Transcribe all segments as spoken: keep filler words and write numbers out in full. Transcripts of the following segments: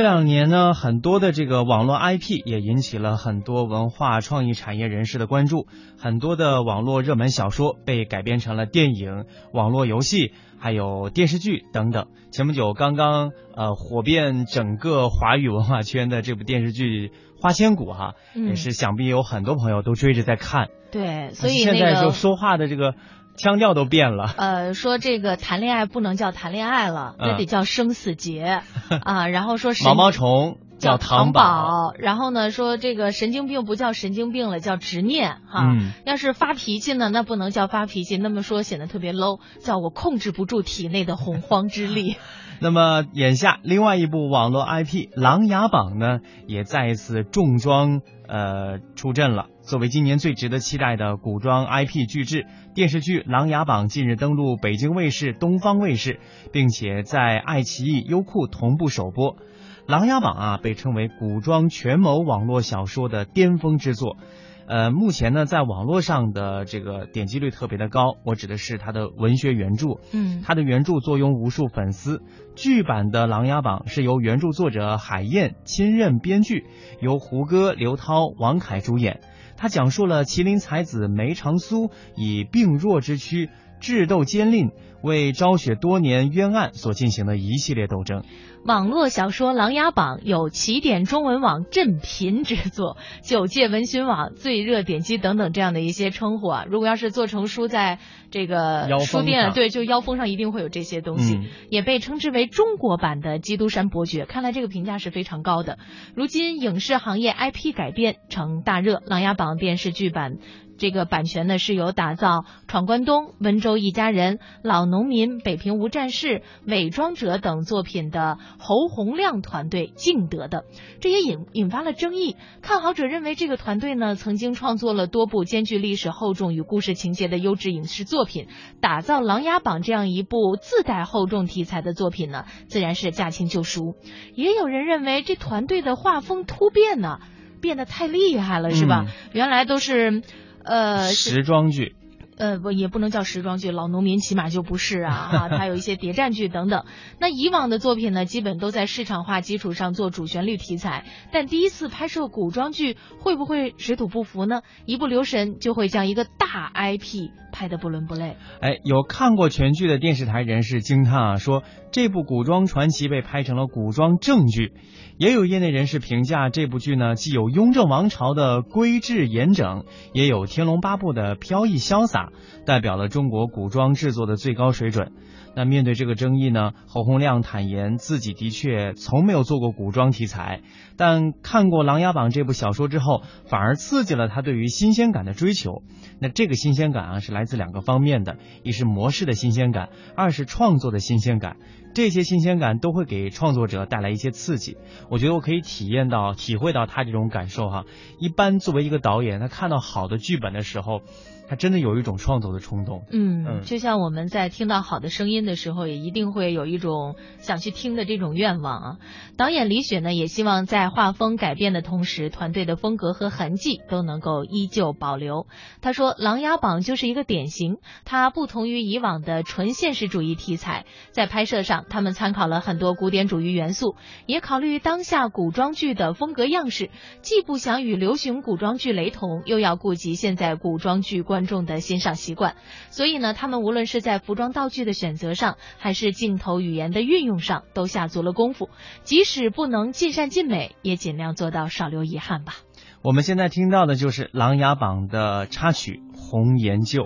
这两年呢，很多的这个网络 I P 也引起了很多文化创意产业人士的关注，很多的网络热门小说被改编成了电影、网络游戏，还有电视剧等等。前不久刚刚呃火遍整个华语文化圈的这部电视剧《花千骨》哈，嗯、也是想必有很多朋友都追着在看。 对，所以、那个、 现在就说话的这个腔调都变了。 呃，说这个谈恋爱不能叫谈恋爱了，这、嗯、得叫生死劫啊。然后说毛毛虫叫糖宝，然后呢说这个神经病不叫神经病了，叫执念哈、嗯。要是发脾气呢，那不能叫发脾气，那么说显得特别 low， 叫我控制不住体内的洪荒之力。 那么眼下另外一部网络 I P《琅琊榜》呢，也再一次重装呃出阵了。作为今年最值得期待的古装 I P 巨制，电视剧《琅琊榜》近日登陆北京卫视、东方卫视，并且在爱奇艺、优酷同步首播。《琅琊榜》啊，被称为古装权谋网络小说的巅峰之作。呃，目前呢，在网络上的这个点击率特别的高，我指的是它的文学原著。嗯，它的原著坐拥无数粉丝。剧版的《琅琊榜》是由原著作者海燕亲任编剧，由胡歌、刘涛、王凯主演。他讲述了麒麟才子梅长苏以病弱之躯智斗奸佞，为昭雪多年冤案所进行的一系列斗争。 网络小说《琅琊榜》有起点中文网镇频之作、九界文寻网最热点击等等这样的一些称呼啊。如果要是做成书，在这个书店，对，就腰封上一定会有这些东西、嗯、也被称之为中国版的基督山伯爵，看来这个评价是非常高的。如今影视行业 I P 改编成大热，《琅琊榜》电视剧版这个版权呢是由打造《闯关东》、《温州一家人》、《老农民》、《北平无战事》、《伪装者》等作品的侯洪亮团队竞得的，这也引引发了争议。看好者认为，这个团队呢曾经创作了多部兼具历史厚重与故事情节的优质影视作品，打造《琅琊榜》这样一部自带厚重题材的作品呢，自然是驾轻就熟。也有人认为，这团队的画风突变呢，变得太厉害了，是吧？嗯、原来都是。呃， 时装剧， 呃，不也不能叫时装剧，老农民起码就不是啊，哈，它有一些谍战剧等等。那以往的作品呢，基本都在市场化基础上做主旋律题材，但第一次拍摄古装剧，会不会水土不服呢？一不留神就会将一个大 I P 拍得不伦不类。 哎，有看过全剧的电视台人士惊叹啊，说这部古装传奇被拍成了古装正剧。也有业内人士评价这部剧呢，既有雍正王朝的规制严整，也有天龙八部的飘逸潇洒，代表了中国古装制作的最高水准。那面对这个争议呢，侯洪亮坦言自己的确从没有做过古装题材，但看过《琅琊榜》这部小说之后，反而刺激了他对于新鲜感的追求。那这个新鲜感啊，是来自两个方面的，一是模式的新鲜感，二是创作的新鲜感。这些新鲜感都会给创作者带来一些刺激，我觉得我可以体验到体会到他这种感受哈。一般作为一个导演，他看到好的剧本的时候，他真的有一种创作的冲动。 嗯, 嗯就像我们在听到好的声音的时候，也一定会有一种想去听的这种愿望啊。导演李雪呢，也希望在画风改变的同时，团队的风格和痕迹都能够依旧保留。他说，《琅琊榜》就是一个典型，它不同于以往的纯现实主义题材，在拍摄上他们参考了很多古典主义元素，也考虑当下古装剧的风格样式，既不想与流行古装剧雷同，又要顾及现在古装剧观众的欣赏习惯。所以呢，他们无论是在服装道具的选择上，还是镜头语言的运用上，都下足了功夫。即使不能尽善尽美，也尽量做到少留遗憾吧。 我们现在听到的就是《琅琊榜》的插曲《红颜旧》。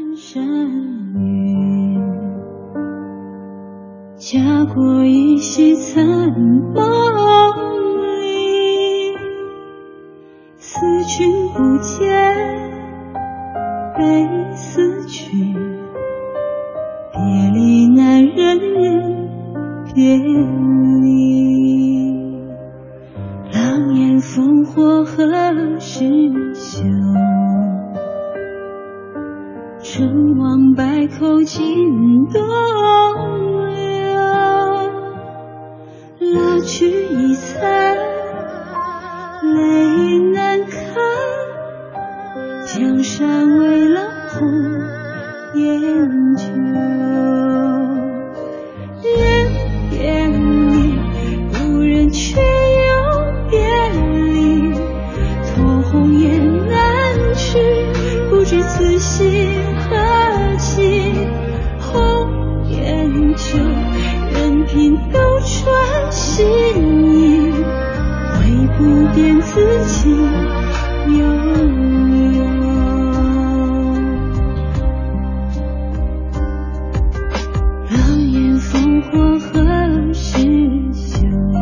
家国依稀残梦里，思君不见悲思君，别离难忍别离，狼烟烽火何时休，成王败寇尽东老去一残，泪难看，江山未老红颜旧，人别离，故人却品都穿新衣，会不变自己有我。狼烟烽火何时休？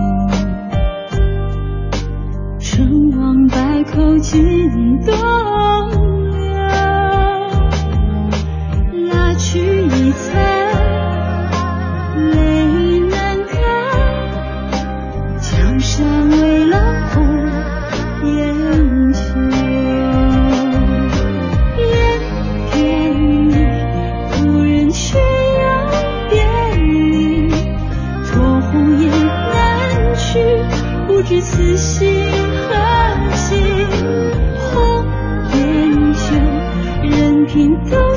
成王败寇尽东流。拉去一餐泪难干，江山为了红颜酒。远别离，故人却又别离，托鸿雁南去，不知此心何寄。红颜酒，任凭都